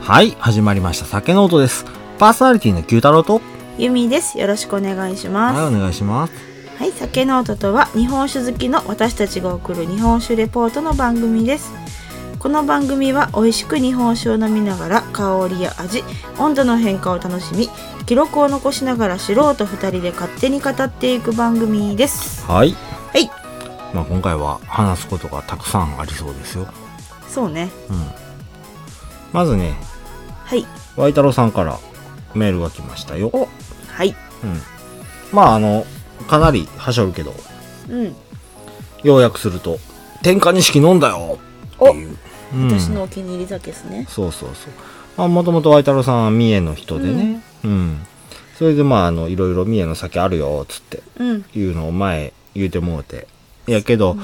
はい、始まりました酒の音です。パーソナリティの九太郎とゆみです。よろしくお願いします。 はい、お願いします。 はい、酒の音とは日本酒好きの私たちが送る日本酒レポートの番組です。この番組は美味しく日本酒を飲みながら香りや味、温度の変化を楽しみ、記録を残しながら素人2人で勝手に語っていく番組です。 はい、 はい、 今回は話すことがたくさんありそうですよ。 そうね、 まずね、 はい、 ワイ太郎さんからメールが来ましたよ。 お、はい、 かなりはしょるけど、 うん、 要約すると天下錦飲んだよっていう、 私のお気に入り酒ですね。 そうそうそう。もともとワイ太郎さんは三重の人でね、それでいろいろ三重の酒あるよっつっていうのを前言うてもうて、やけど、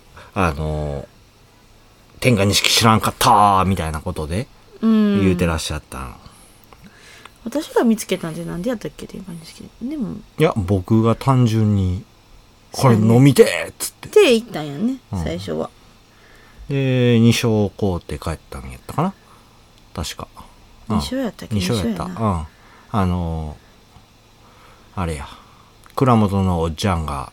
天下錦知らんかったーみたいなことで言うてらっしゃったん。 私が見つけたんでなんでやったっけ天下錦でも、 いや僕が単純にこれ飲みてーっつって言ったんやね、最初は。 で2升買うて帰ったんやったかな、確か。 2升やったっけ。 2升やった。あれや、蔵元のおっちゃんが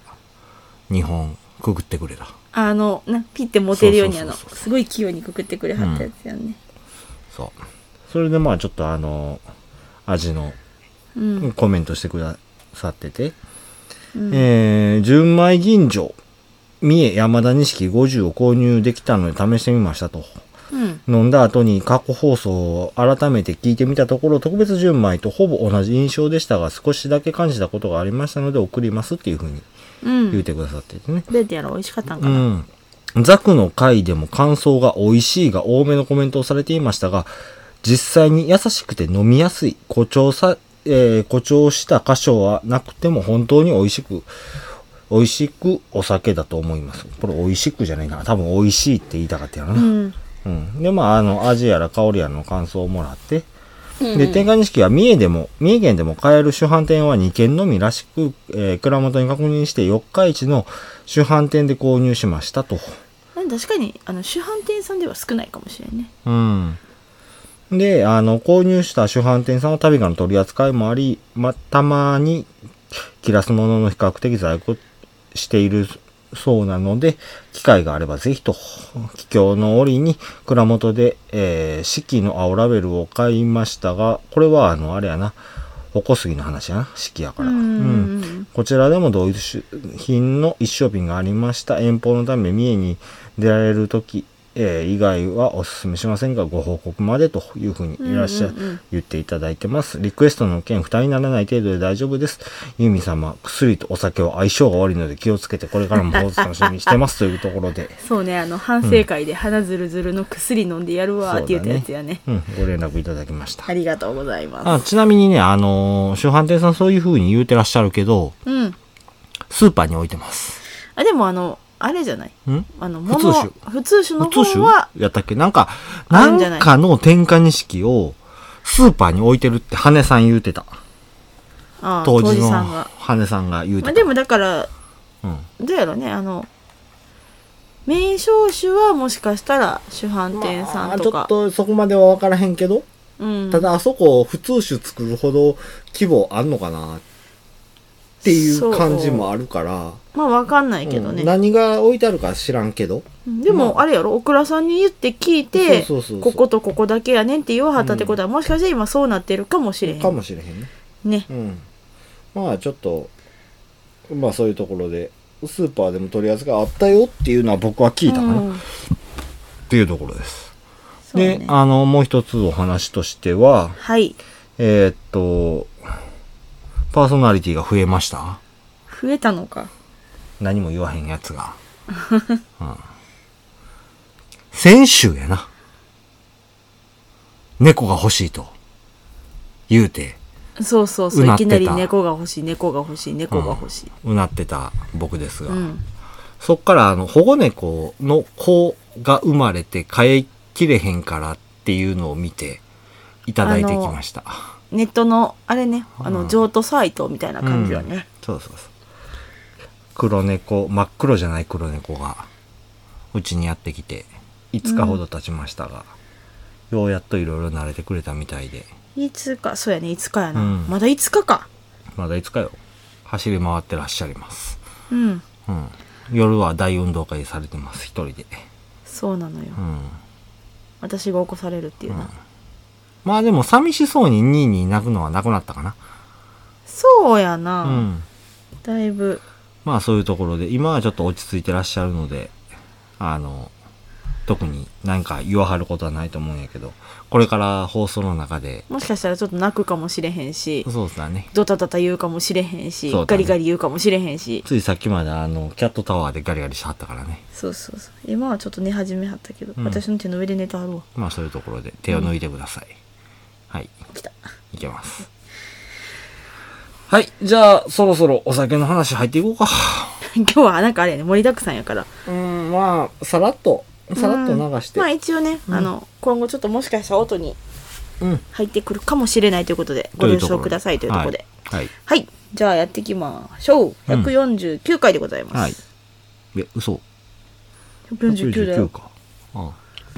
2本くくってくれた。 ピッて持てるようにすごい器用にくくってくれはったやつやね。 そう。それでちょっと味のコメントしてくださってて、純米吟醸三重山田錦50を購入できたので試してみましたと。飲んだ後に過去放送を改めて聞いてみたところ、特別純米とほぼ同じ印象でしたが少しだけ感じたことがありましたので送りますっていう風に言ってくださっててね。 どうやってやろう、美味しかったんかな。 ザクの回でも感想が美味しいが多めのコメントをされていましたが、実際に優しくて飲みやすい誇張した箇所はなくても本当に美味しくお酒だと思います。これ美味しくじゃないな、多分美味しいって言いたかったやろな。で味やら香りやらの感想をもらって、で天下錦は三重県でも買える主販店は2軒のみらしく、蔵元に確認して四日市の主販店で購入しましたと。 確かに主販店さんでは少ないかもしれんね。 で購入した主販店さんは旅館の取り扱いもあり、たまに切らすものの比較的在庫しているそうなので、機会があればぜひと。帰郷の折に蔵元で、四季の青ラベルを買いましたが、これはあれやな、おこすぎの話やな、四季やから。こちらでも同一品の一升瓶がありました。遠方のため三重に出られるとき、以外はおすすめしませんがご報告までというふうに言っていただいてます。リクエストの件負担にならない程度で大丈夫です。ユミ様、薬とお酒は相性が悪いので気をつけてこれからも放送楽しみにしてますというところで。 そうね、反省会で鼻ずるずるの薬飲んでやるわって言ったやつやね。 ご連絡いただきました。 ありがとうございます。 ちなみにね、主販店さんそういうふうに言うてらっしゃるけど、スーパーに置いてます。 でもあれじゃない、普通酒の普通酒方はやったっけ、なんかの天下錦をスーパーに置いてるって羽根さん言うてた。当時の羽根さんが言うてた。 でもだから、どうやろね、名称酒はもしかしたら主販店さんとか、 ちょっとそこまでは分からへんけど、ただあそこ普通酒作るほど規模あんのかなっていう感じもあるから、 分かんないけどね、 何が置いてあるか知らんけど、 でもあれやろ、お蔵さんに言って聞いて、こことここだけやねんって言わはったってことは、もしかして今そうなってるかもしれへんかもしれへんね。ちょっとそういうところでスーパーでも取り扱いあったよっていうのは僕は聞いたかな、っていうところです。で、もう一つお話としては、パーソナリティが増えました。 増えたのか。 何も言わへんやつが。先週やな。猫が欲しいと言うて。 そういきなり猫が欲しい。 うなってた僕ですが。そっから保護猫の子が生まれて飼いきれへんからっていうのを見ていただいてきました。 ネットのあれね、譲渡サイトみたいな感じよね。 そう黒猫、真っ黒じゃない黒猫がうちにやってきて5日ほど経ちましたが、 ようやっといろいろ慣れてくれたみたいで。 いつか、そうやね、いつかやな。 うん、 まだいつかか。 まだいつかよ。走り回ってらっしゃいます。 うん。 うん。夜は大運動会されてます、一人で。 そうなのよ。 うん。 私が起こされるっていうな。 まあでも寂しそうにニーニー泣くのはなくなったかな。 そうやな。 うん。 だいぶ。 まあそういうところで、今はちょっと落ち着いてらっしゃるので、特に何か言わはることはないと思うんやけど、これから放送の中で。 もしかしたらちょっと泣くかもしれへんし、 そうだね。 ドタドタ言うかもしれへんし、 ね、 ガリガリ言うかもしれへんし。 ついさっきまでキャットタワーでガリガリしはったからね。 そうそうそう。今はちょっと寝始めはったけど、私の手の上で寝たはるわ。 まあそういうところで手を抜いてください。はい。 来た。 いけます。はい。じゃあ、そろそろお酒の話入っていこうか。 今日はなんかあれやね、盛りだくさんやから。 まあ、さらっと流して。 まあ一応ね、今後ちょっともしかしたら音に入ってくるかもしれないということで、ご了承くださいというところで。 はい。 はい。じゃあやっていきましょう。149回でございます。 はい。嘘。 149だよ。 か。ああ。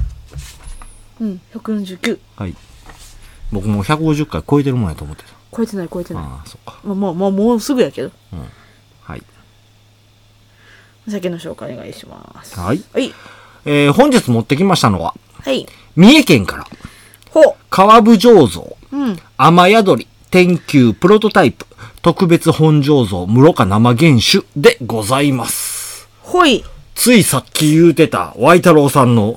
149。 はい。僕も150回超えてるもんやと思ってた。 超えてない。 ああ、そっか。 まあ、もうすぐやけど。 はい。 お酒の紹介お願いします。 はい。 はい。 本日持ってきましたのは、 はい。 三重県から、川部醸造、雨宿り、天球プロトタイプ、特別本醸造、室賀生原酒でございます。 ほい。 ついさっき言うてた、ワイ太郎さんの、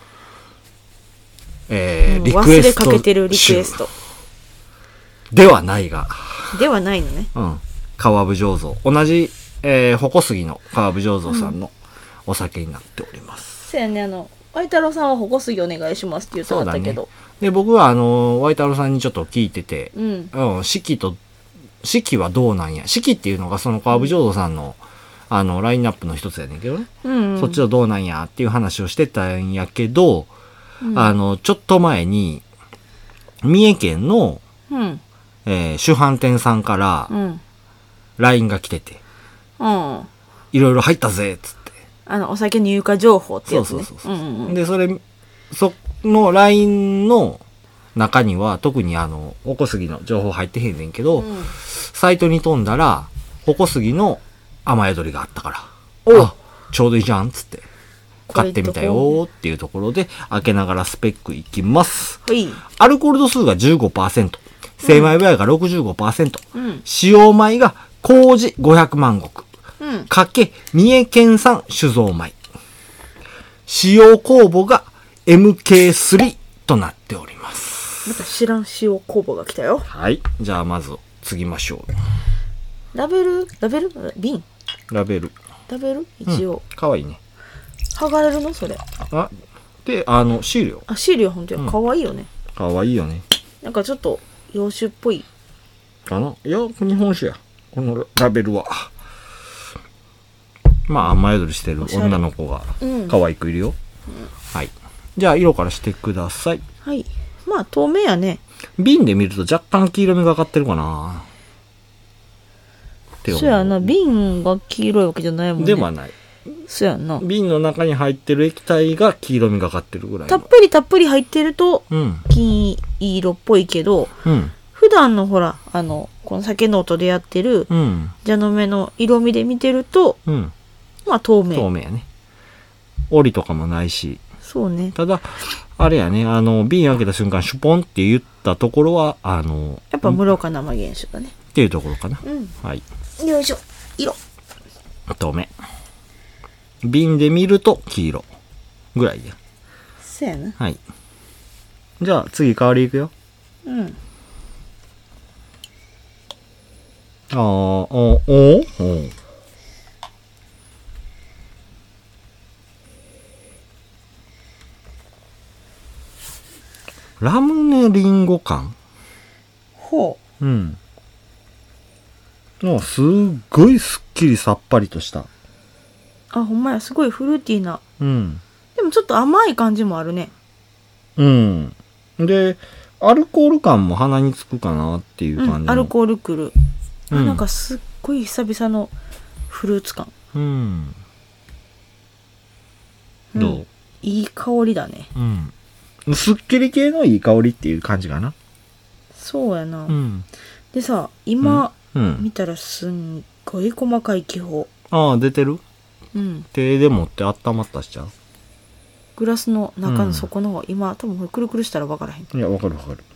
リクエスト。 忘れかけてるリクエスト。 ではないが。 ではないのね。 川部醸造。同じ、鉾杉の川部醸造さんのお酒になっております。 そうやね、ワイ太郎さんは鉾杉お願いしますって言ってはったけど。 ね、で、僕はワイ太郎さんにちょっと聞いてて、四季はどうなんや。四季っていうのがその川部醸造さんの、ラインナップの一つやねんけどね。そっちはどうなんやっていう話をしてたんやけど、ちょっと前に、三重県の、主販店さんから、LINE が来てて、いろいろ入ったぜっつって。 お酒入荷情報ってやつね。 そう。で、その LINE の中には、特におこすぎの情報入ってへんねんけど、サイトに飛んだら、おこすぎの雨宿りがあったから、あ、ちょうどいいじゃんっつって。買ってみたよーっていうところで、開けながらスペックいきます。アルコール度数が 15%、精米部合が 65%、使用米が麹500万石、かけ三重県産酒造米。使用酵母が MK3 となっております。 また知らん使用酵母が来たよ。 はい。じゃあまず次ましょう。 ラベル瓶ラベル一応。 かわいいね。 剥がれるのそれ。 で、シールよ。 シールよ、ほんとや。かわいいよね。 かわいいよね。 なんかちょっと、洋酒っぽい。 かな？いや、日本酒や。このラベルは。まあ、雨宿りしてる女の子が可愛くいるよ。はい。じゃあ、色からしてください。 はい。まあ、透明やね。 瓶で見ると若干黄色みがかってるかな。 そうやな。瓶が黄色いわけじゃないもんね。 ではない。 そうやな。 瓶の中に入ってる液体が黄色みがかってるぐらい。 たっぷり入ってると、金色っぽいけど、普段のほら、この酒の音でやってる、蛇の目の色味で見てると、まあ透明。 透明やね。折りとかもないし。 そうね。 ただ、あれやね、瓶開けた瞬間、シュポンって言ったところは、 やっぱ室賀生原酒だね。 っていうところかな。はい。 よいしょ。色。 透明。瓶で見ると黄色。ぐらいや。 そうやな。 はい。じゃあ、次香りいくよ。ラムネリンゴ感。すっごいすっきりさっぱりとした。 ほんまや、すごいフルーティーな。でもちょっと甘い感じもあるね。 で、アルコール感も鼻につくかなっていう感じ。 アルコールくる。なんかすっごい久々のフルーツ感。 どう？ いい香りだね。 すっきり系のいい香りっていう感じかな。 そうやな、 うん。 でさ今、 うん。 見たらすんごい細かい気泡。 ああ、出てる？ うん手で持って温まったしちゃグラスの中の底の方、今多分これくるくるしたら分からへん。 う？いや、わかるわかる。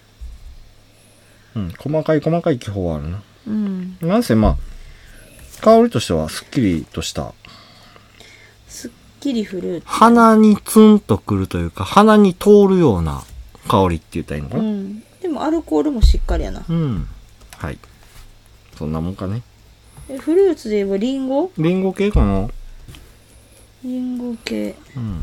うん。細かい気泡はあるな。 うん、 なんせまあ、香りとしてはすっきりとした。 すっきりフルーツ。 鼻にツンとくるというか、鼻に通るような香りって言ったらいいのかな。 うん、でもアルコールもしっかりやな。 うん。はい。そんなもんかね。 フルーツで言えばリンゴリンゴ系かな。 リンゴ系。 うん。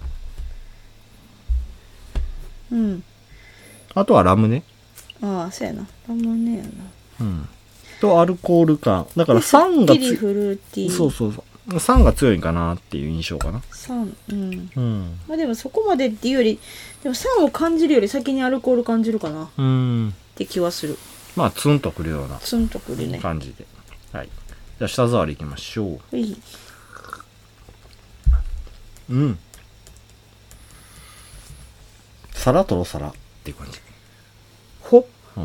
うん。 あとはラムネ。 ああ、そうやな。ラムネやな。 うん。とアルコール感。だから酸がすっきりフルーティー。 そうそうそう。酸が強いかなっていう印象かな。 酸。うん。 うん。 まあでもそこまでっていうより、でも酸を感じるより先にアルコール感じるかなっうん。 て気はする。 まあ、ツンとくるようなツンとくるね。 感じで。はい。じゃあ、舌触りいきましょう。 ほい。 うん。サラトロサラっていう感じ。 ほ。 うん。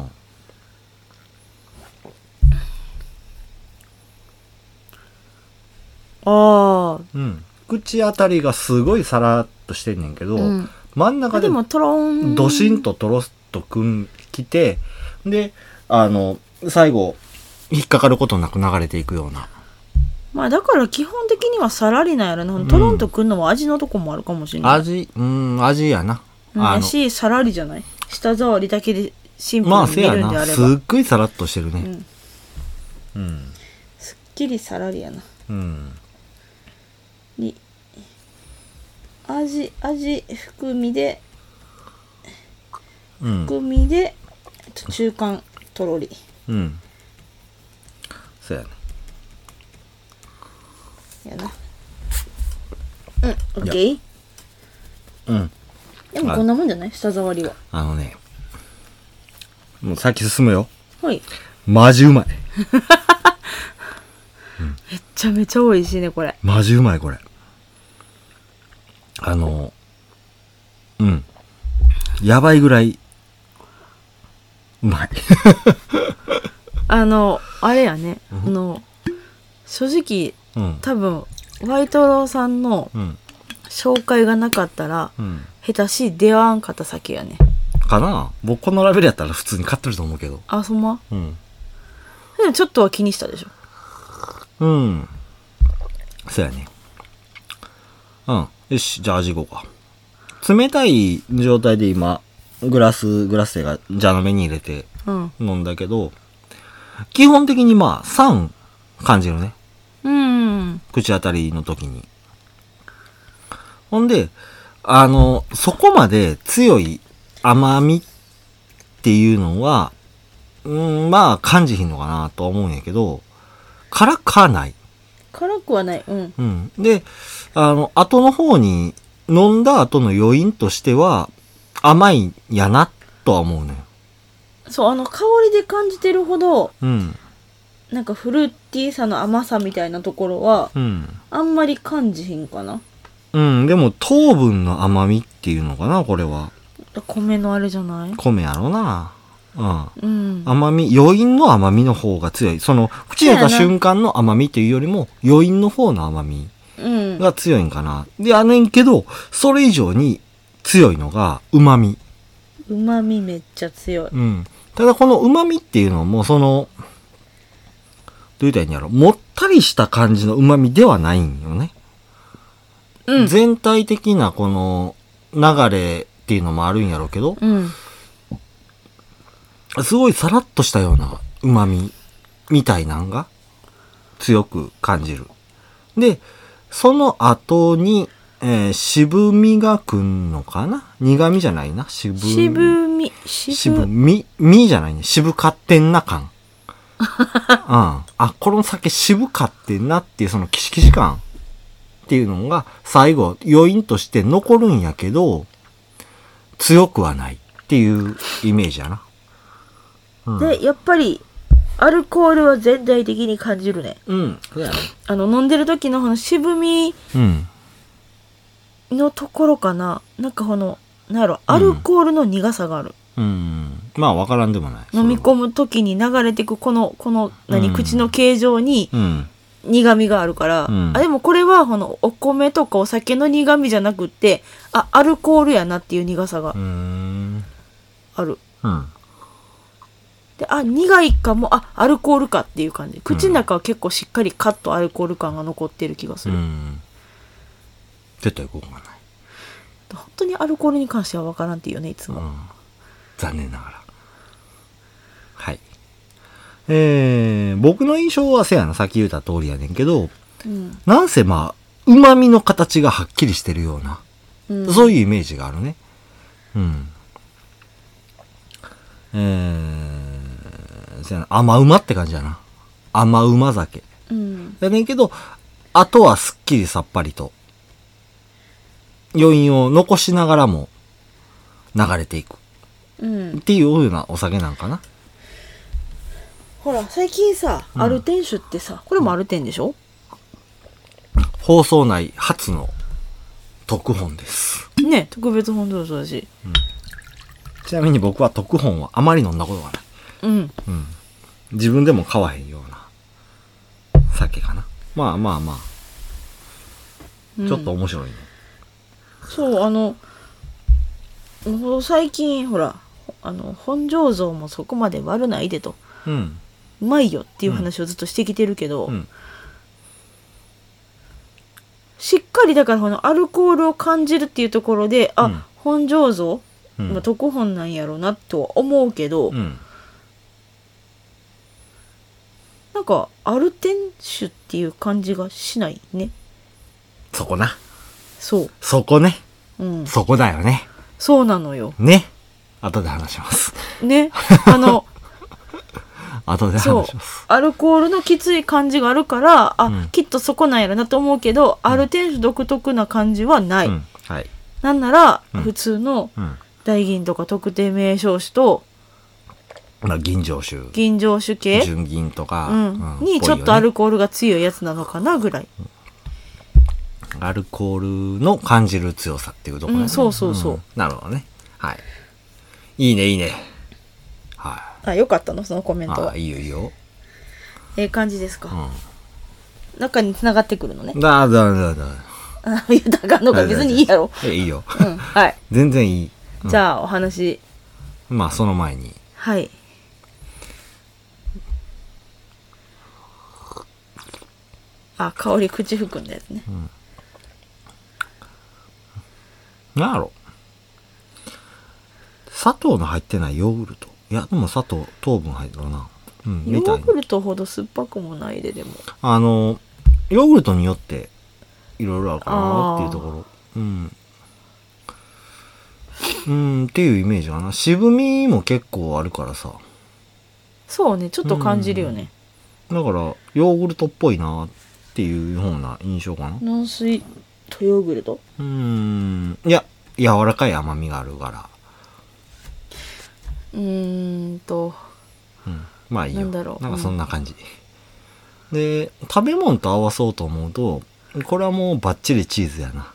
ああ。 うん。口当たりがすごいサラッとしてんねんけど、 うん、 真ん中ででもトローン。 ドシンとトロスときて、で、最後、引っかかることなく流れていくような。 まあだから基本的にはサラリなんやろな。トロンとくんのは味のとこもあるかもしれない。 味やな。 やし、サラリじゃない。舌触りだけでシンプルまあ、 にせやな。 見るんであれば。 すっごいサラッとしてるね。 うん。 うん。 すっきりサラリやな。 うん。 に味含みで、 うん。 中間とろり。 うん。そうやね。 やな。オッケー。 うん。 でもこんなもんじゃない？舌触りは。 もう先進むよ。 はい。 マジうまい。 めっちゃめちゃ美味しいね、これ。 マジうまい、これ。うん。やばいぐらい、うまい。 あれやね。正直、多分、ワイトローさんの紹介がなかったら、下手し出会わんかった酒やね。 かな？僕このラベルやったら普通に買ってると思うけど。 あ、そんま？ うん。 でもちょっとは気にしたでしょ。 うん。そうやね。うん。よし、じゃあ味いこうか。冷たい状態で今、グラス手が蛇の目に入れて飲んだけど、基本的にまあ酸感じるね。口当たりの時に。ほんで、そこまで強い甘みっていうのは、まあ感じひんのかなとは思うんやけど、辛くはない。 辛くはない。 で、後の方に、飲んだ後の余韻としては、甘いんやな、とは思うのよ。 そう、香りで感じてるほど、 うん。 なんかフルーティーさの甘さみたいなところは、あんまり感じひんかな。 でも糖分の甘みっていうのかな、これは。 米のあれじゃない？ 米やろな。甘み、余韻の甘みの方が強い。その、口に入れた瞬間の甘みっていうよりも、余韻の方の甘みが強いんかな。で、けど、それ以上に強いのが、旨味。 旨味めっちゃ強い。 ただこの旨味っていうのも、どう言ったらいいんやろ。もったりした感じの旨味ではないんよね。全体的なこの流れっていうのもあるんやろうけど、すごいさらっとしたような旨味みたいなんが強く感じる。で、その後に、渋みがくんのかな？苦味じゃないな。渋みじゃないね。渋かってんな感。この酒渋かってんなっていうそのキシキシ感っていうのが最後余韻として残るんやけど、強くはないっていうイメージやな。 で、やっぱり、アルコールは全体的に感じるね。 そうやね。 飲んでる時の渋みのところかな。なんかなんやろアルコールの苦さがある、 まあ分からんでもない。 飲み込む時に流れていくこの口の形状にうん。 苦味があるから、でもこれはお米とかお酒の苦味じゃなくってアルコールやなっていう苦さがある。で苦いかもアルコールかっていう感じ。口の中は結構しっかりカッとアルコール感が残ってる気がする。 絶対ここがない。 本当にアルコールに関しては分からんっていうねいつも、 残念ながら。はい。僕の印象はせやな、さっき言った通りやねんけど、なんせまあ旨味の形がはっきりしてるような、そういうイメージがあるね。せやな、甘うまって感じやな。甘うま酒。やねんけど、あとはすっきりさっぱりと余韻を残しながらも流れていく、っていうようなお酒なんかな。 ほら最近さ、アルテン酒ってさ、これもアルテンでしょ？ 放送内初の特本ですね。特別本上そうだし、 ちなみに僕は特本はあまり飲んだことがない。自分でも買わへんような酒かな。まあちょっと面白いね。 そうもう最近ほら本醸造もそこまで悪ないでと、うまいよっていう話をずっとしてきてるけど、しっかりだからアルコールを感じるっていうところで本醸造、特本なんやろうなとは思うけど、なんかアルテン酒っていう感じがしないね。 そこな。 そうそこね。そこだよね。 そうなのよ。 ね。後で話します。 ね。 後で話します。 アルコールのきつい感じがあるからきっとそこなんやろなと思うけど、アルテン酒独特な感じはない。 はい。 なんなら、普通の大吟とか特定名称酒と、 吟醸酒。 吟醸酒系純銀とか、 にちょっとアルコールが強いやつなのかなぐらい。 アルコールの感じる強さっていうところね。 そう。 なるほどね。はい。いいね。はい。 よかったのそのコメントは。 いいよ。 感じですか。中に繋がってくるのね。 だ。 言うたらあかんのか別にいいやろ。 いいよ。 はい。 全然いい。 じゃあお話。 その前に。 はい。香り口含んだやつね。 なんやろ。砂糖の入ってないヨーグルト。いやでも砂糖糖分入ってるな。 ヨーグルトほど酸っぱくもないでも。 ヨーグルトによっていろいろあるかなっていうところ。っていうイメージかな。渋みも結構あるからさ。 そうね、ちょっと感じるよね。 だからヨーグルトっぽいなっていうような印象かな。 軟水とヨーグルト？ いや柔らかい甘みがあるから。まあいいよ。なんかそんな感じ。で食べ物と合わそうと思うとこれはもうバッチリチーズやな。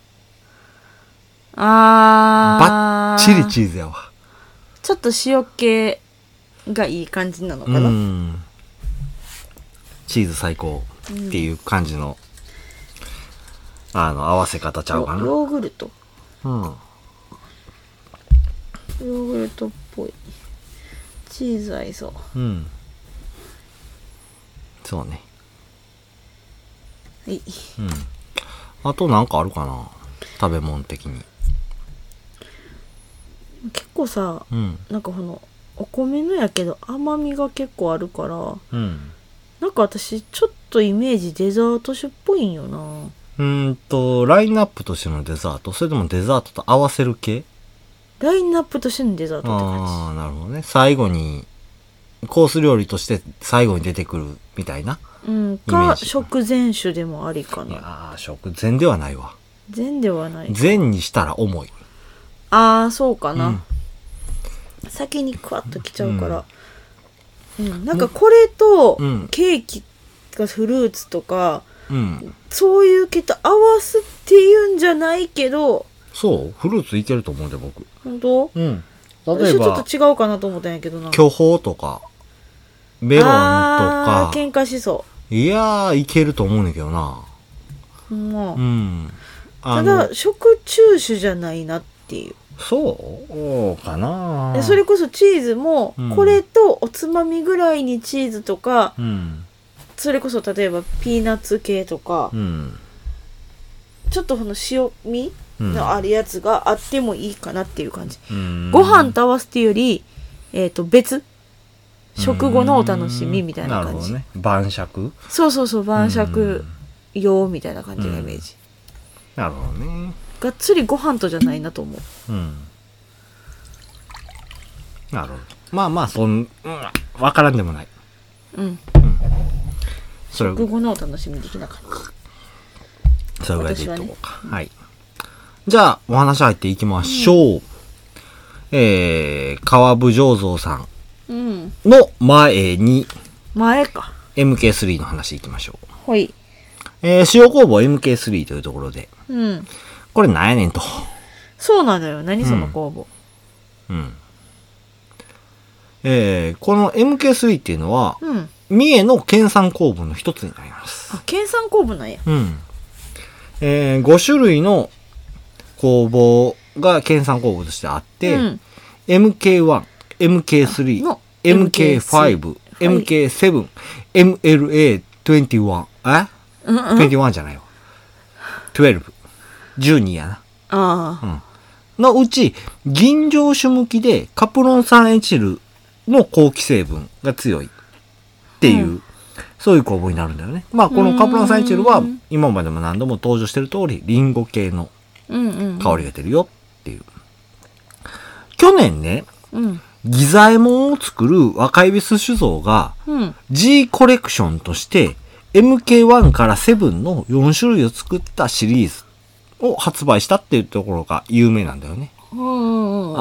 バッチリチーズやわ。 ちょっと塩気がいい感じなのかな。 チーズ最高っていう感じの、合わせ方ちゃうかな。 ヨーグルト。ヨーグルトっぽい。チーズ合いそう。 そうね。 はい。 あとなんかあるかな、食べ物的に。 結構さ、なんかお米のやけど甘みが結構あるから、なんか私ちょっとイメージデザート酒っぽいんよな。 ラインナップとしてのデザート、それともデザートと合わせる系？ ラインナップとしてのデザートって感じ。 なるほどね。最後にコース料理として最後に出てくるみたいな。 か食前酒でもありかな。 いや食前ではないわ。 前ではない。 前にしたら重い。 そうかな。先にクワッときちゃうから。なんかこれとケーキとかフルーツとか、そういう系と合わすっていうんじゃないけど、 そうフルーツいけると思うんで僕。 本当？ うん。 私例えばちょっと違うかなと思ったんやけどな。 巨峰とかメロンとか喧嘩しそいやーいけると思うねんけどな。 う。まあうん。 ただ食中酒じゃないなっていう。 そうかな。 でそれこそチーズも、 うんこれとおつまみぐらいにチーズとか、 うん。 それこそ例えばピーナッツ系とか、 うん。 ちょっとこの塩味のあるやつがあってもいいかなっていう感じ。 うんご飯と合わせてより、別食後のお楽しみみたいな感じ。 なるほどね。晩酌。 そうそうそう、晩酌用みたいな感じのイメージ。 なるほどね。 がっつりご飯とじゃないなと思う。 うん。なるほど。まあまあわからんでもない。 うん。 それ食後のお楽しみ的な感じ。 それぐらいでいっとこうか。はい。じゃあ、お話入っていきましょう。川部醸造さんうん。 の前に、 前か。 MK3 の話いきましょう。 ほい。 塩工房 MK3 というところで、 うん。 これなんやねんと。 そうなのよ。何その工房。 うん。この MK3 っていうのは、 うん。 三重の県産工房の一つになります。 あ、県産工房なんや。 うん。5種類の工房が県産工房としてあって、 うん。 MK1、MK3 の、 MK5、MK7、MLA21。 うんうん。 21じゃないわ。12。12やな。 あのうち、銀醸酒向きでカプロン酸エチルの好気成分が強いっていう、 うんそういう工房になるんだよね。まあ、このカプロン酸エチルは今までも何度も登場してる通り、リンゴ系のあ。うんうん。 香りが出るよっていう。去年ね、 うん。 ギザエモンを作る若い酒造がうん。 G コレクションとして MK1 から7の4種類を作ったシリーズを発売したっていうところが有名なんだよね。 うんうん。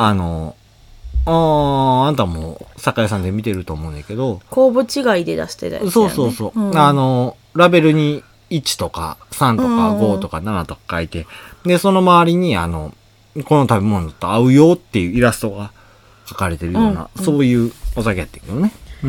あんたも酒屋さんで見てると思うんだけど、 工房違いで出してたやつ、ね。 そうそうそう、 うん、 ラベルに1とか3とか5とか7とか書いて、で、その周りにこの食べ物と合うよっていうイラストが書かれてるような、そういうお酒やってるけどね。うん。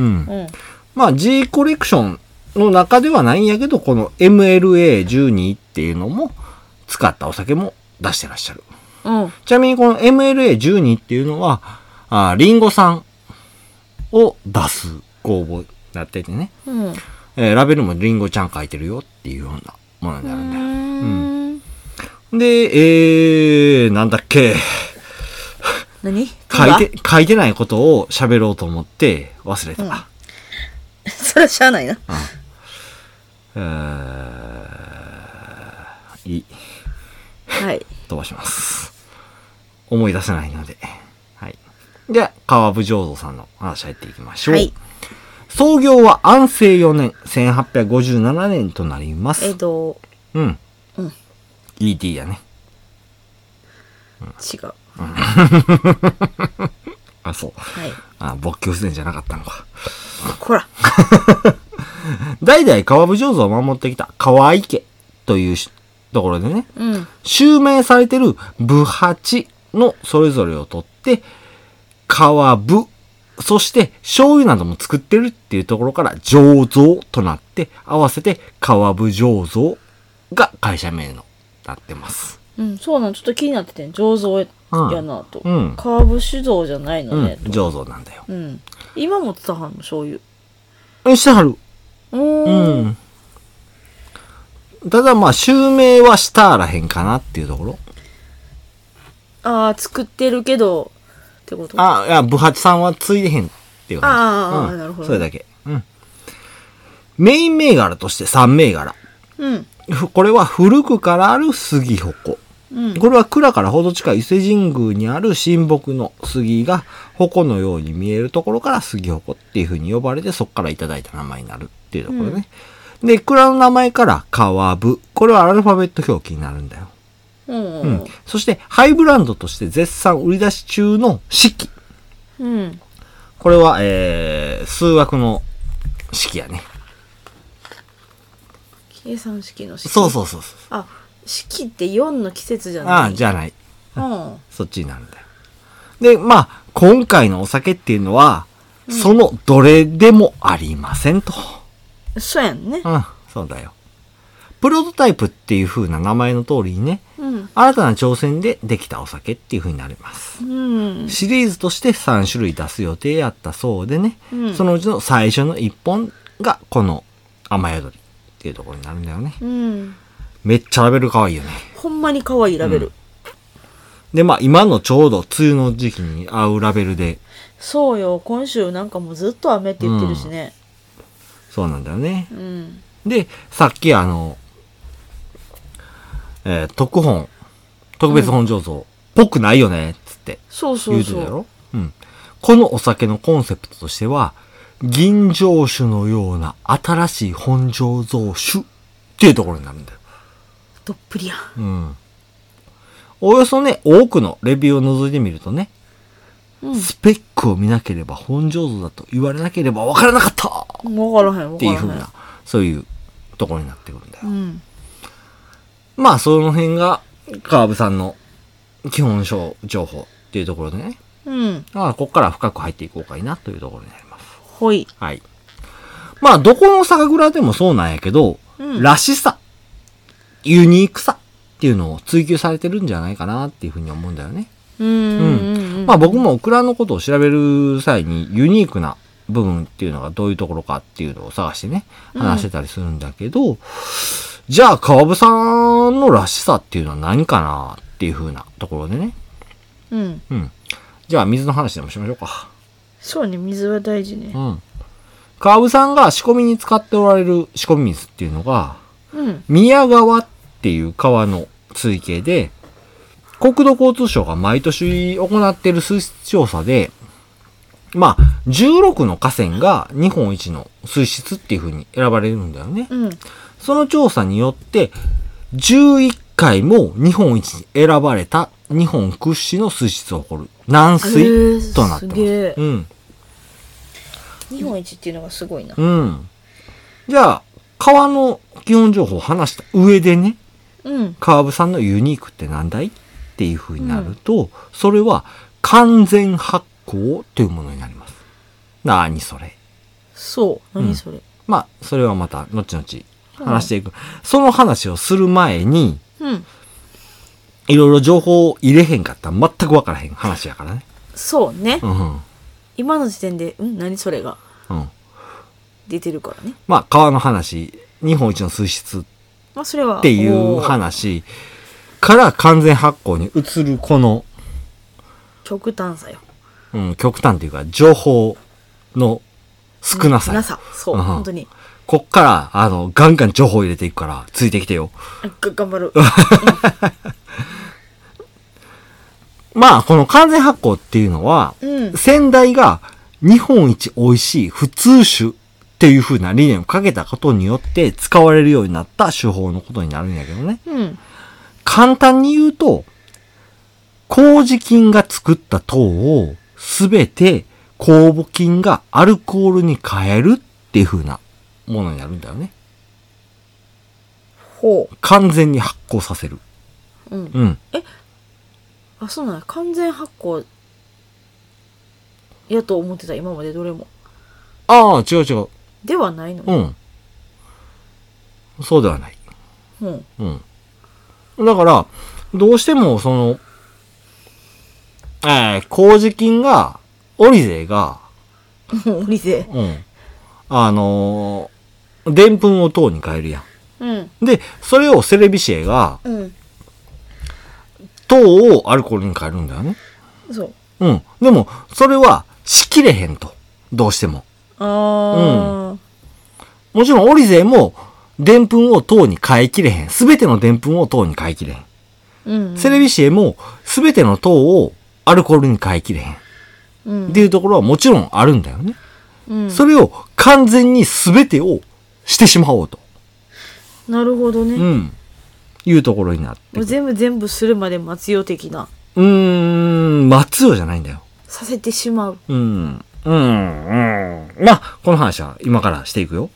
まあ G コレクションの中ではないんやけど、この MLA12 っていうのも使ったお酒も出してらっしゃる。ちなみにこの MLA12 っていうのは、リンゴ酸を出す工房になっててね。ラベルもリンゴちゃん書いてるよっていうようなものになるんだよ。で、なんだっけ。 何書いてないことを喋ろうと思って忘れた。 それはしゃあないな。 いい。 はい。 飛ばします。思い出せないので。はい。では、川部醸造さんの話入っていきましょう。はい。創業は安政4年、1857年となります。 江戸。 うん。ET やね。 違う。 あ、そう。 はい。 勃起不全じゃなかったのか。 こら。 代々川部醸造を守ってきた川池というところでね、襲名されてる部八のそれぞれを取って、川部、そして醤油なども作ってるっていうところから醸造となって、合わせて川部醸造が会社名のなってます。 そうなの、ちょっと気になってて、醸造やなと。川部酒造じゃないのね。 醸造なんだよ。 今も伝わんの、醤油。 してはる。ただまあ、襲名はしたあらへんかなっていうところ。 作ってるけど、ってこと？ いや、部八さんは継いでへんっていう感じ。なるほど。 それだけ。メイン銘柄として3銘柄。これは古くからある杉鉾。これは蔵からほど近い伊勢神宮にある神木の杉が鉾のように見えるところから杉鉾っていう風に呼ばれて、そこからいただいた名前になるっていうところね。で、蔵の名前から川部。これはアルファベット表記になるんだよ。そして、ハイブランドとして絶賛売り出し中の式。これは、数学の式やね。 計算式の式。 そう。 式って4の季節じゃない。 じゃない。 そっちになるんだよ。で、まあ、今回のお酒っていうのは、そのどれでもありませんと。 そうやんね。 そうだよ。プロトタイプっていう風な名前の通りにね、 うん。 新たな挑戦でできたお酒っていう風になります。 うん。 シリーズとして3種類出す予定やったそうでね、そのうちの最初の1本がこの雨宿りっていうところになるんだよね。めっちゃラベル可愛いよね。 ほんまに可愛いラベル。 で、まあ今のちょうど梅雨の時期に合うラベルで。 そうよ、今週なんかもうずっと雨って言ってるしね。 そうなんだよね。で、さっき特別本醸造、ぽくないよね、つって。 そうそうそう。 言うてたやろ？このお酒のコンセプトとしては、吟醸酒のような新しい本醸造酒っていうところになるんだよ。 どっぷりやん。 およそね、多くのレビューを覗いてみるとね、スペックを見なければ本醸造だと言われなければ分からなかった分からへん。 っていう風な、そういうところになってくるんだよ。まあ、その辺が、カーブさんの基本情報っていうところでね。だから、ここから深く入っていこうかいなというところになります。はい。まあ、どこの酒蔵でもそうなんやけど、らしさ、ユニークさっていうのを追求されてるんじゃないかなっていうふうに思うんだよね。まあ、僕も蔵のことを調べる際にユニークな部分っていうのがどういうところかっていうのを探してね、話してたりするんだけど、じゃあ、川部さんのらしさっていうのは何かなっていう風なところでね。じゃあ、水の話でもしましょうか。 そうね、水は大事ね。 川部さんが仕込みに使っておられる仕込み水っていうのが、宮川っていう川の水系で、国土交通省が毎年行っている水質調査で、まあ、16の河川が日本一の水質っていう風に選ばれるんだよね。その調査によって、11回も日本一に選ばれた日本屈指の水質を誇る軟水となってます。 日本一っていうのがすごいな。 じゃあ、川の基本情報を話した上でね、川部さんのユニークって何だいっていう風になると、それは完全発酵というものになります。何それ？ そう。何それ？ まあ、それはまた後々話していく。その話をする前に、いろいろ情報を入れへんかったら全く分からへん話やからね。 そうね。今の時点で、何それが出てるからね。 まあ、川の話、日本一の水質っていう話から完全発酵に移るこの極端さよ。 極端っていうか、情報の少なさ。 そう、本当に。 こっから、ガンガン情報入れていくから、ついてきてよ。 頑張る。 まあ、この完全発酵っていうのは、先代が日本一美味しい普通酒っていう風な理念をかけたことによって使われるようになった手法のことになるんやけどね。簡単に言うと、麹菌が作った糖をすべて酵母菌がアルコールに変えるっていう風なものになるんだよね。完全に発酵させる。 そうなんや。完全発酵やと思ってた、今までどれも。 違う。 ではないの？ そうではない。だから、どうしても、麹菌が、オリゼが、でんぷんを糖に変えるやん。で、それをセレビシエが、糖をアルコールに変えるんだよね。でも、それはしきれへんと。どうしても。もちろん、オリゼも、でんぷんを糖に変えきれへん。すべてのでんぷんを糖に変えきれへん。セレビシエも、すべての糖をアルコールに変えきれへん。っていうところはもちろんあるんだよね。それを完全にすべてをしてしまおうと。 なるほどね。 いうところになって。 全部するまで待つよ的な。 待つよじゃないんだよ。 させてしまう。 まあ、この話は今からしていくよ。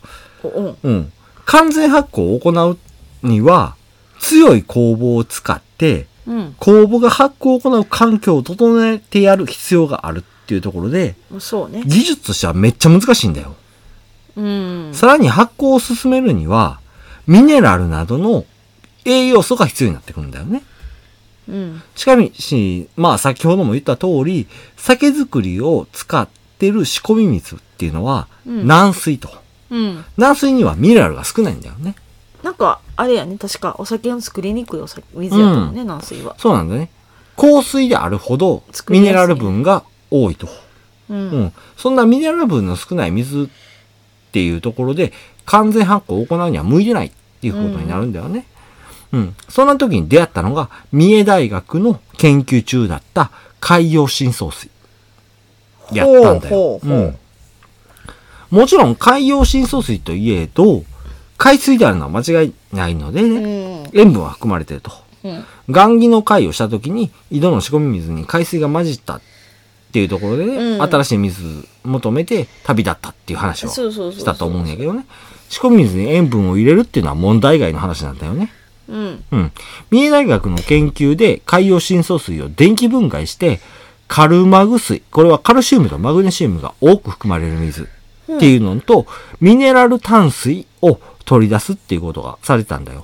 完全発酵を行うには、強い酵母を使って、 酵母が発酵を行う環境を整えてやる必要があるっていうところで、 そうね。 技術としてはめっちゃ難しいんだよ。さらに発酵を進めるには、ミネラルなどの栄養素が必要になってくるんだよね。しかし、まあ先ほども言った通り、酒造りを使ってる仕込み水っていうのは、軟水と。軟水にはミネラルが少ないんだよね。 なんか、あれやね、確かお酒の作りにくい水やったもんね、軟水は。 そうなんだね。硬水であるほど、ミネラル分が多いと。そんなミネラル分の少ない水っていうところで、完全発酵を行うには向いてないっていうことになるんだよね。そんな時に出会ったのが、三重大学の研究中だった海洋深層水。やったんだよ。もちろん海洋深層水といえど、海水であるのは間違いないので、塩分は含まれていると。雁木の貝をした時に、井戸の仕込み水に海水が混じったっていうところでね、新しい水求めて旅立ったっていう話をしたと思うんやけどね。仕込み水に塩分を入れるっていうのは問題外の話なんだよね。三重大学の研究で海洋深層水を電気分解して、カルマグ水、これはカルシウムとマグネシウムが多く含まれる水っていうのと、ミネラル淡水を取り出すっていうことがされたんだよ。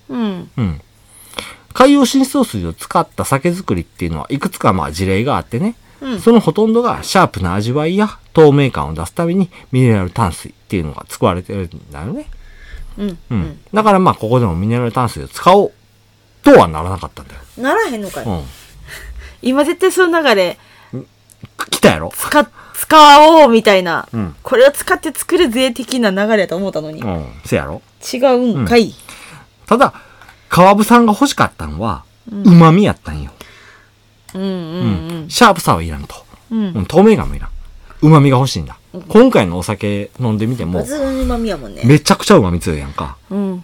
海洋深層水を使った酒造りっていうのはいくつかまあ事例があってね、そのほとんどがシャープな味わいや透明感を出すためにミネラル淡水っていうのが使われてるんだよね。だからまあここでもミネラル淡水を使おうとはならなかったんだよ。 ならへんのかい。今絶対その流れ来たやろ。 使おうみたいな、これを使って作るぜ的な流れやと思ったのに。 せやろ。 違うんかい。 ただ川部さんが欲しかったのは旨味やったんよ。シャープさはいらんと。透明感もいらん。旨味が欲しいんだ。今回のお酒飲んでみても、めちゃくちゃ旨味強いやんか。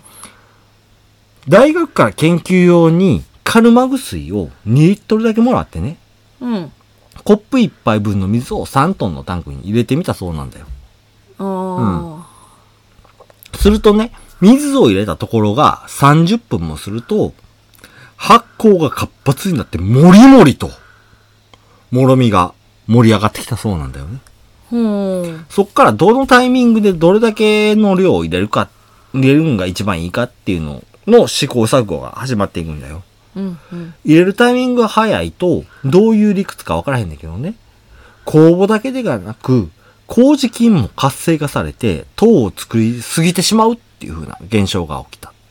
大学から研究用にカルマグ水を2リットルだけもらってね、コップ1杯分の水を3トンのタンクに入れてみたそうなんだよ。するとね、水を入れたところが30分もすると、発酵が活発になってもりもりと、もろみが盛り上がってきたそうなんだよね。そっからどのタイミングでどれだけの量を入れるのが一番いいかっていうのの試行錯誤が始まっていくんだよ。入れるタイミングが早いと、どういう理屈かわからへんだけどね。酵母だけでがなく、麹菌も活性化されて、糖を作りすぎてしまうっていう風な現象が起きた。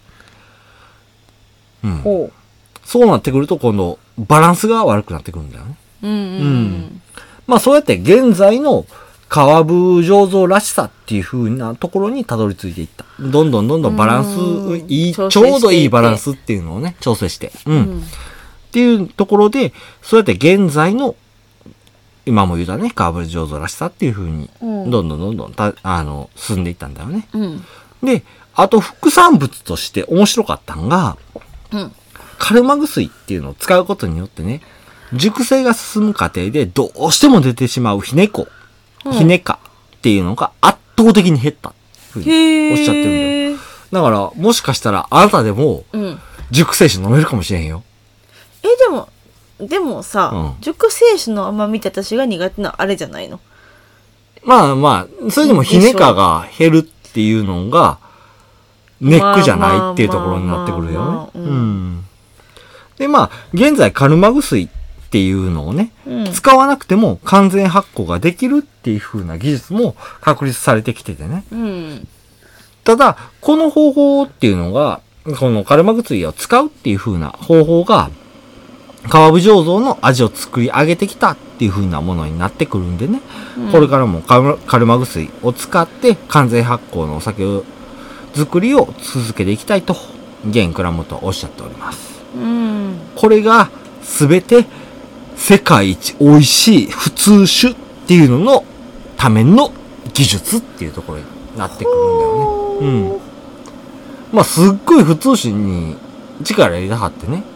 そうなってくると、今度、バランスが悪くなってくるんだよね。まあそうやって現在の川部醸造らしさっていう風なところにたどり着いていった。どんどんバランス、ちょうどいいバランスっていうのをね、調整して。っていうところで、そうやって現在の、今も言うたね、川部醸造らしさっていう風に、どんどん進んでいったんだよね。で、あと副産物として面白かったのが、カルマグ水っていうのを使うことによってね、熟成が進む過程でどうしても出てしまうひね化っていうのが圧倒的に減ったっていうふうにおっしゃってるんだよ。だからもしかしたらあなたでも熟成酒飲めるかもしれへんよ。 でもさ、熟成酒の甘みって私が苦手なあれじゃないの？ まあそれでもひね化が減るっていうのがネックじゃないっていうところになってくるよね。で現在カルマグ水っていうのをね、使わなくても完全発酵ができるっていう風な技術も確立されてきててね。ただ、この方法っていうのが、このカルマグ水を使うっていう風な方法が、川部醸造の味を作り上げてきたっていう風なものになってくるんでね、これからもカルマグ水を使って完全発酵のお酒作りを続けていきたいと、現蔵元はおっしゃっております。これが全て世界一美味しい普通酒っていうののための技術っていうところになってくるんだよね。すっごい普通酒に力入れたはってね。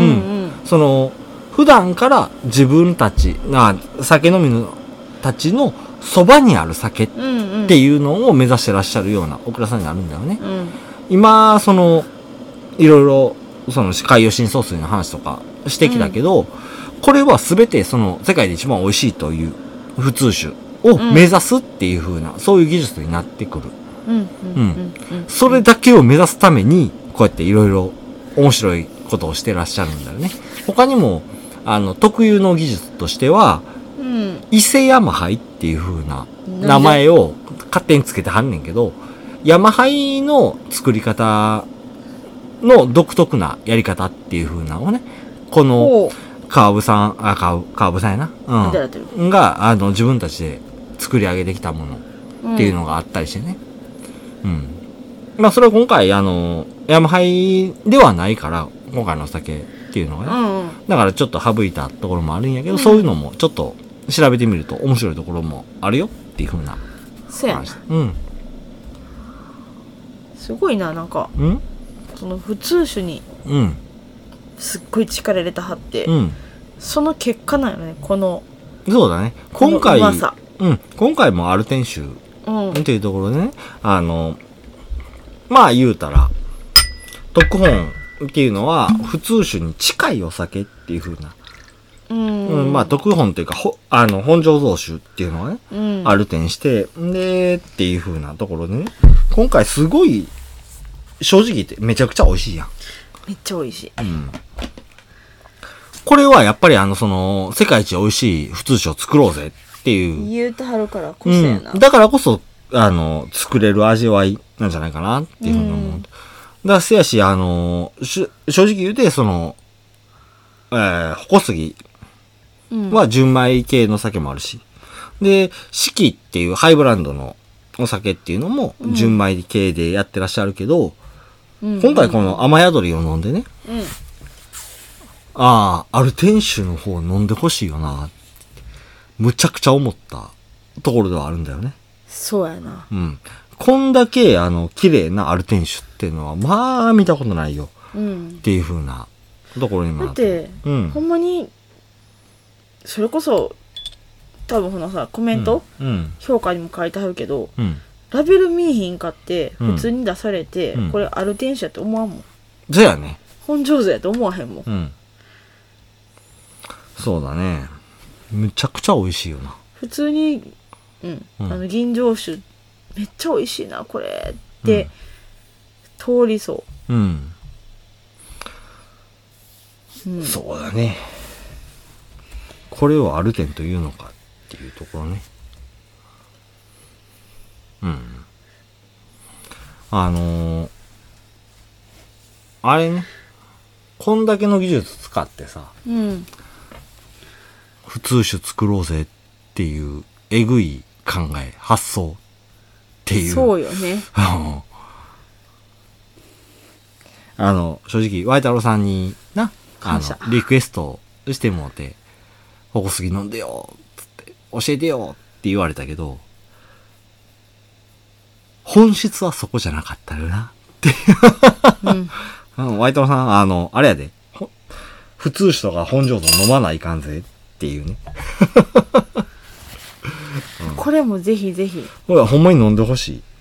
普段から自分たち酒飲みのたちのそばにある酒っていうのを目指してらっしゃるようなお蔵さんになるんだよね。今いろいろその海洋深層水の話とかしてきたけど、これは全てその世界で一番美味しいという普通酒を目指すっていう風な、そういう技術になってくる。それだけを目指すために、こうやっていろいろ面白いことをしてらっしゃるんだよね。他にも、特有の技術としては、伊勢山灰っていう風な名前を勝手につけてはんねんけど、山灰の作り方の独特なやり方っていう風なのをね、この川部さんやな。が、自分たちで作り上げてきたものっていうのがあったりしてね。まあ、それは今回、山灰ではないから、今回のお酒っていうのがね。だからちょっと省いたところもあるんやけど、そういうのもちょっと調べてみると面白いところもあるよっていう風な。 そうやな。すごいな、なんか。その普通酒に、すっごい力入れたはって、その結果なんよね、この。 そうだね。今回もアルテン酒っていうところでね、まあ言うたら、特本っていうのは普通酒に近いお酒っていう風な。まあ特本っていうか、本醸造酒っていうのはね、アルテンして、で、っていう風なところでね、今回すごい、正直言ってめちゃくちゃ美味しいやん。 めっちゃ美味しい。 これはやっぱり世界一美味しい普通酒を作ろうぜっていう。 言うてはるからこそやな。 だからこそ、作れる味わいなんじゃないかなっていうふうに思う。だからせやし、正直言うて、矛杉は純米系の酒もあるし。で、四季っていうハイブランドのお酒っていうのも純米系でやってらっしゃるけど、今回この雨宿りを飲んでね、アルテン酒の方飲んでほしいよな、むちゃくちゃ思ったところではあるんだよね。 そうやな。 こんだけ綺麗なアルテン酒っていうのはまあ見たことないよ、っていう風なところにもなって。 だって、ほんまにそれこそ多分このさコメント、評価にも書いてあるけど、ラベル見えひんかって普通に出されて、これアルテン酒やって思わんもん。 そうやね。 本醸造やと思わへんもん。 そうだね。むちゃくちゃ美味しいよな。 普通に、吟醸酒めっちゃ美味しいなこれって、通りそう。 そうだね。これをアルテンというのかっていうところね。あれね、こんだけの技術使ってさ、普通酒作ろうぜっていうえぐい考え、発想っていう。 そうよね。 正直、ワイタロさんにな、リクエストしてもうて、ほこすぎ飲んでよ、つって、教えてよって言われたけど、本質はそこじゃなかったよな、っていう。ワイタロさん、あれやで、普通酒とか本醸造飲まないかんぜっていうね。 これもぜひぜひ。 これはほんまに飲んでほしい。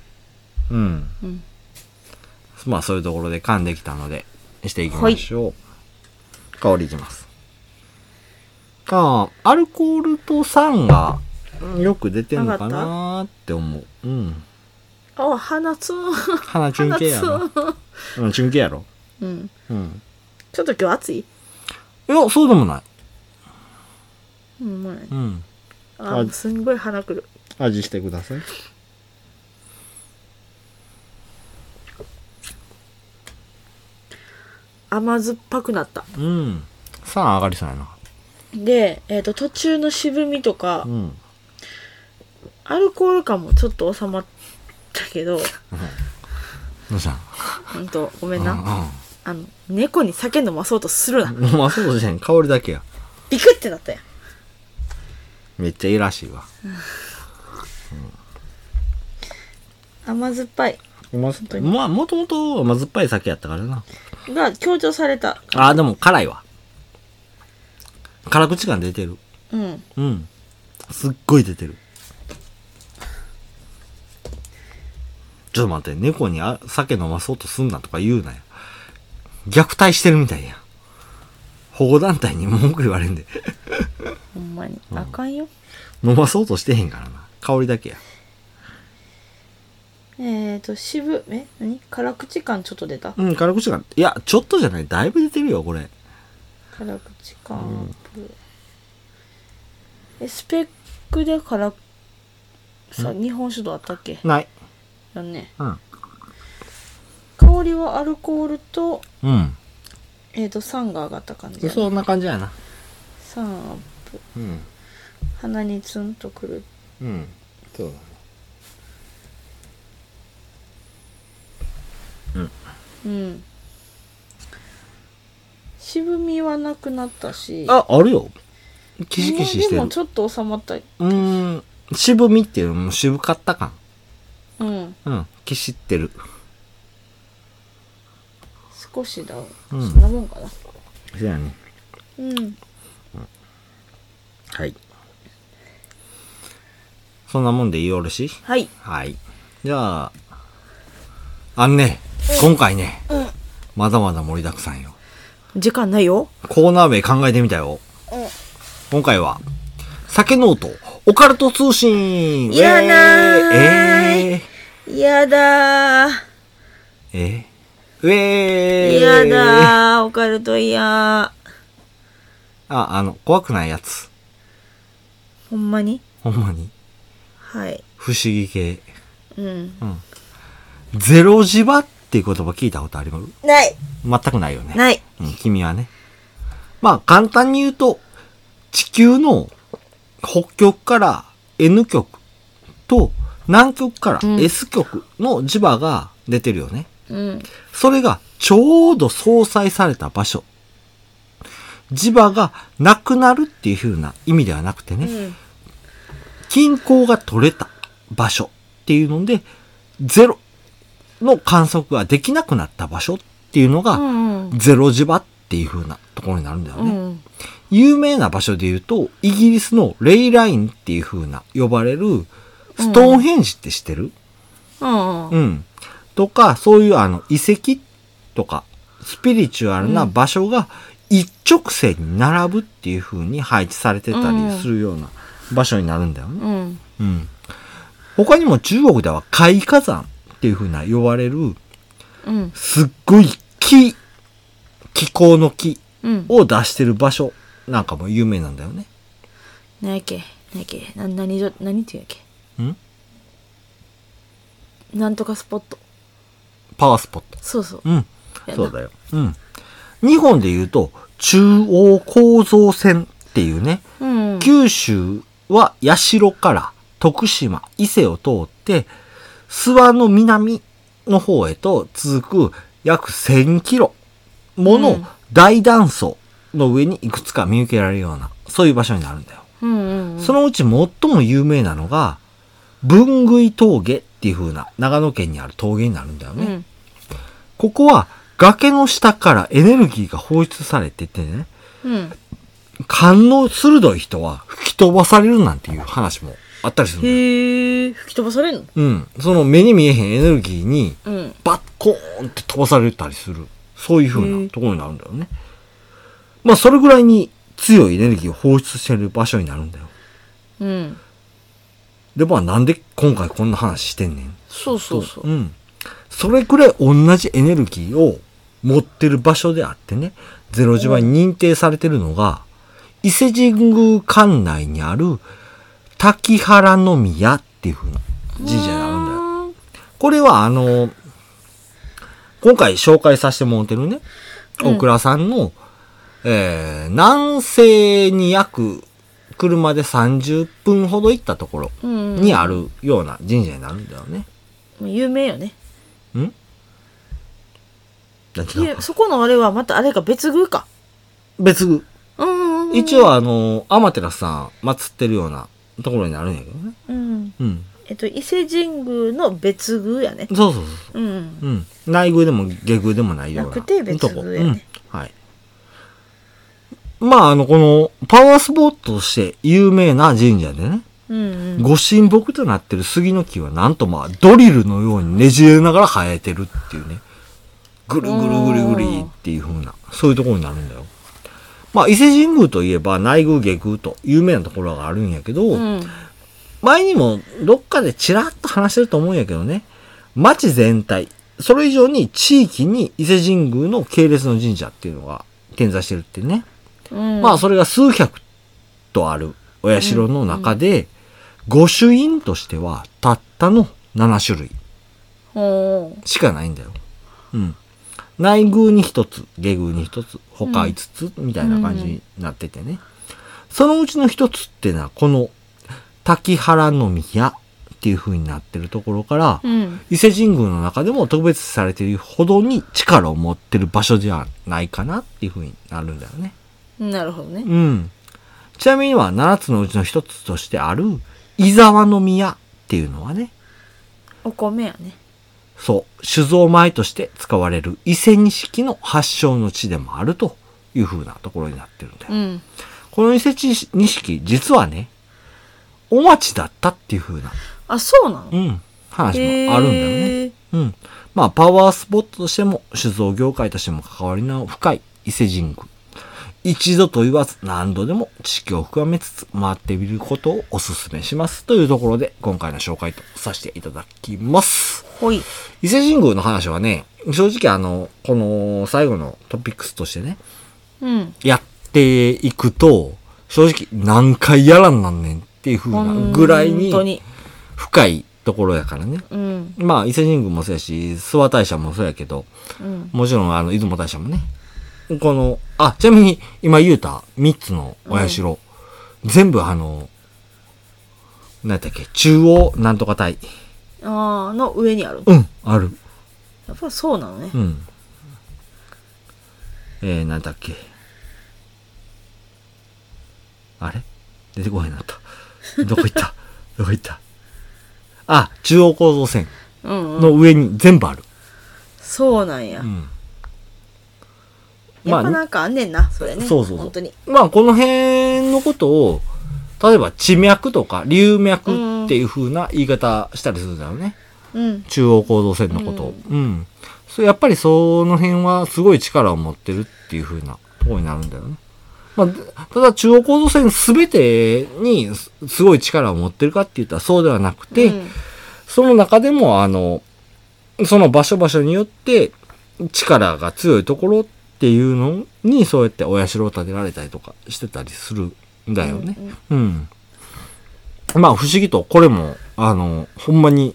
まあそういうところで噛んできたので、していきましょう。香りいきます。アルコールと酸がよく出てんのかなーって思う。 鼻つん。 鼻チュン系やな。チュン系やろ。 ちょっと今日暑い？ いや、そうでもない。 すんごい鼻くる。 味してください。 甘酸っぱくなった。 酸上がりそうやな。 で、途中の渋みとか、アルコール感もちょっと収まったけど、 どうしたん？ごめんな。猫に酒飲まそうとするな。 飲まそうとじゃん、香りだけや。 ビクってなったやん。 めっちゃいいらしいわ。 甘酸っぱい。 まあ、もともと甘酸っぱい酒やったからな。 が強調された。 でも辛いわ。辛口感出てる。すっごい出てる。ちょっと待って、猫に酒飲まそうとすんなとか言うなよ。 虐待してるみたいやん。保護団体に文句言われんで。 ほんまに。あかんよ。 飲まそうとしてへんからな。香りだけや。 何辛口感ちょっと出た。 うん、辛口感。いや、ちょっとじゃない。だいぶ出てるよ、これ。 辛口感アップ。スペックで辛さ、日本酒どうあったっけ？ ない。 だね。 うん。 香りはアルコールと、 うん。 酸が上がった感じやね。 そんな感じやな。 酸アップ。 うん。 鼻にツンとくる。 うん。そうだね。 うん。渋みはなくなったし。 あるよ。キシキシしてる。 でもちょっと収まった。 渋みっていうのも渋かった感。 うん。 うん。キシってる。 少しだ。 うん。 そんなもんかな。 そうやね。 うん。 はい。そんなもんでよろしい？ はい。 はい。じゃあ、今回ね、まだまだ盛りだくさんよ。 時間ないよ。 コーナー名考えてみたよ。今回は、酒ノート、オカルト通信。 いらないやだー。やだー。オカルト嫌。 怖くないやつ。 ほんまに？ ほんまに。 はい。 不思議系。 うん。 ゼロ磁場っていう言葉聞いたことあります？ ない。 全くないよね。 ない。 君はね。まあ、簡単に言うと、地球の北極から N 極と南極から S 極の磁場が出てるよね。 うん。 それがちょうど相殺された場所。磁場がなくなるっていう風な意味ではなくてね、均衡が取れた場所っていうので、ゼロの観測ができなくなった場所っていうのが、ゼロ磁場っていう風なところになるんだよね。有名な場所で言うと、イギリスのレイラインっていう風な呼ばれる、ストーンヘンジって知ってる？とか、そういう遺跡とか、スピリチュアルな場所が一直線に並ぶっていう風に配置されてたりするような場所になるんだよね。他にも中国では海火山っていう風な呼ばれる、すっごい気候の木を出してる場所なんかも有名なんだよね。 何って言うんやっけ？なんとかスポット。 パワースポット。 そうそう。 そうだよ。日本で言うと、中央構造線っていうね、九州は八代から徳島、伊勢を通って、諏訪の南の方へと続く約1000キロもの大断層の上にいくつか見受けられるような、そういう場所になるんだよ。そのうち最も有名なのが、分杭峠っていう風な長野県にある峠になるんだよね。ここは崖の下からエネルギーが放出されててね、勘の鋭い人は吹き飛ばされるなんていう話もあったりするんだよ。 吹き飛ばされるの？その目に見えへんエネルギーに、バッコーンって飛ばされたりする。そういう風なところになるんだよね。まあ、それぐらいに強いエネルギーを放出してる場所になるんだよ。で、まあ、なんで今回こんな話してんねん。 そう。 それくらい同じエネルギーを持ってる場所であってね、ゼロ磁場に認定されてるのが、伊勢神宮管内にある滝原宮っていう風な神社になるんだよ。これは今回紹介させてもらってるね、大倉さんの、南西に約車で30分ほど行ったところにあるような神社になるんだよね。 有名よね。 そこのあれはまたあれか別宮か。 別宮。一応天照さん祀ってるようなところになるんやけどね。 伊勢神宮の別宮やね。 そう。内宮でも下宮でもないような。 なくて別宮やね。 はい。まあこのパワースポットとして有名な神社でね。ご神木となってる杉の木はなんとまあドリルのようにねじれながら生えてるっていうね。 ぐるぐるぐるぐるっていう風な、そういうところになるんだよ。まあ、伊勢神宮といえば内宮下宮と有名なところがあるんやけど、前にもどっかでちらっと話してると思うんやけどね、町全体、それ以上に地域に伊勢神宮の系列の神社っていうのが点在してるってね。まあ、それが数百とあるお社の中で、御朱印としてはたったの7種類しかないんだよ。内宮に1つ、下宮に1つ、他5つみたいな感じになっててね。そのうちの1つってのは、この滝原宮っていう風になってるところから、伊勢神宮の中でも特別視されているほどに力を持ってる場所じゃないかなっていう風になるんだよね。 なるほどね。 ちなみには7つのうちの1つとしてある伊沢宮っていうのはね、 お米やね。そう、 酒造米として使われる伊勢錦の発祥の地でもあるという風なところになってるんだよ。この伊勢錦、実はね、お町だったっていう風な。 あ、そうなの？ 話もあるんだよね。まあ、パワースポットとしても、酒造業界としても関わりの深い伊勢神宮。一度と言わず何度でも知識を深めつつ回ってみることをお勧めしますというところで今回の紹介とさせていただきます。伊勢神宮の話はね、正直この最後のトピックスとしてね、やっていくと正直何回やらんなんねんっていう風なぐらいに深いところやからね。まあ伊勢神宮もそうやし諏訪大社もそうやけど、もちろん出雲大社もね、この、ちなみに、今言うた3つのお社、全部何だっけ、中央なんとか隊。 の上にある。 ある。 やっぱそうなのね。 なんだっけ。あれ出てこへんなった。どこ行った中央構造線の上に全部ある。 そうなんや。やっぱなんかあんねんな、それね。 そう。 本当に。 まあ、この辺のことを、例えば地脈とか流脈っていう風な言い方したりするんだよね。中央構造線のことを。やっぱりその辺はすごい力を持ってるっていう風なところになるんだよね。まあ、ただ中央構造線すべてにすごい力を持ってるかって言ったらそうではなくて、その中でもその場所場所によって力が強いところっていうのにそうやってお社を建てられたりとかしてたりするんだよね。まあ不思議とこれもほんまに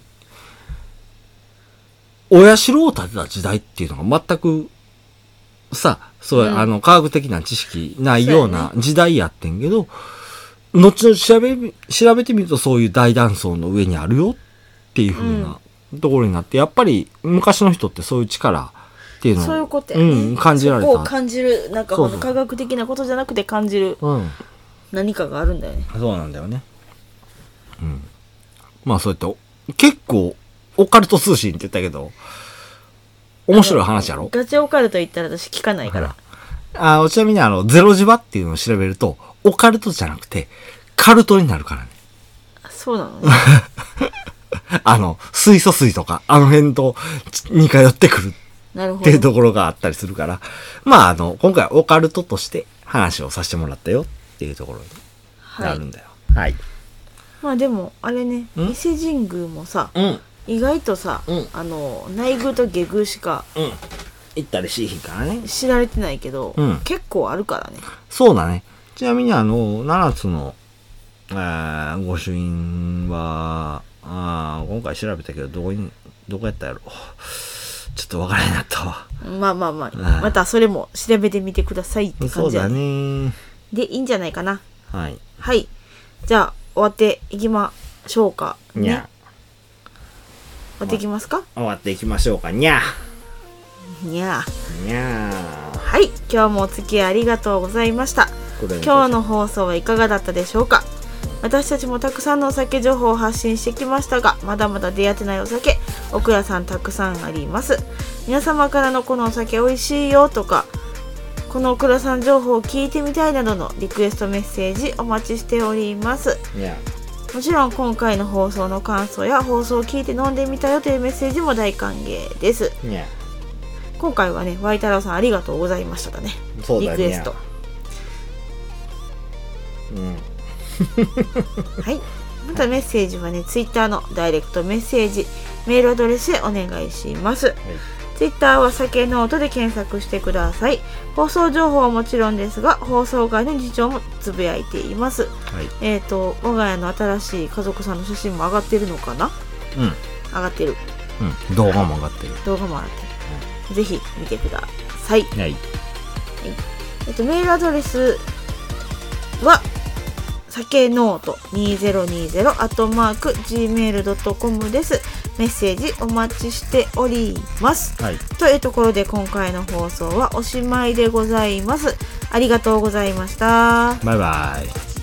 お社を建てた時代っていうのが全くさ、科学的な知識ないような時代やってんけど、後々調べてみるとそういう大断層の上にあるよっていう風なところになって、やっぱり昔の人ってそういう力っていうのをそういうことやね。 感じられた。 そこを感じる、なんか科学的なことじゃなくて感じる何かがあるんだよね。 そうなんだよね。まあそうやって結構オカルト通信って言ったけど面白い話やろ。 ガチオカルト言ったら私聞かないから。 ちなみにゼロ磁場っていうのを調べるとオカルトじゃなくてカルトになるからね。 そうなのね。 水素水とか辺と似通ってくるっていうところがあったりするから、まあ今回オカルトとして話をさせてもらったよっていうところになるんだよ。 まあでもあれね、伊勢神宮もさ、意外とさ、内宮と下宮しか行ったりしひんからね、 知られてないけど、結構あるからね。 そうだね。ちなみに7つの御朱印は今回調べたけどどこやったやろ、ちょっと分からへんなったわ。 まあまたそれも調べてみてくださいって感じやね。 そうだね。 でいいんじゃないかな。 はい、 じゃあ終わっていきましょうかね。 にゃ終わっていきますか。 終わっていきましょうか。にゃにゃにゃ。 はい、今日もお付き合いありがとうございました。今日の放送はいかがだったでしょうか。私たちもたくさんのお酒情報を発信してきましたが、まだまだ出会ってないお酒、奥屋さんたくさんあります。皆様からのこのお酒美味しいよとか、この奥屋さん情報を聞いてみたいなどのリクエストメッセージお待ちしております。もちろん今回の放送の感想や放送を聞いて飲んでみたよというメッセージも大歓迎です。 今回はねワイ太郎さんありがとうございましただね。 そうだね。 リクエスト。はい。またメッセージはね、ツイッターのダイレクトメッセージ、メールアドレスへお願いします。ツイッターは酒ノートで検索してください。放送情報はもちろんですが、放送外の事情もつぶやいています。我が家の新しい家族さんの写真も上がってるのかな？上がってる。 動画も上がってる。 動画も上がってる。ぜひ見てください。メールアドレスは酒ノート2020@gmail.com です。メッセージお待ちしております。というところで今回の放送はおしまいでございます。ありがとうございました。 バイバイ。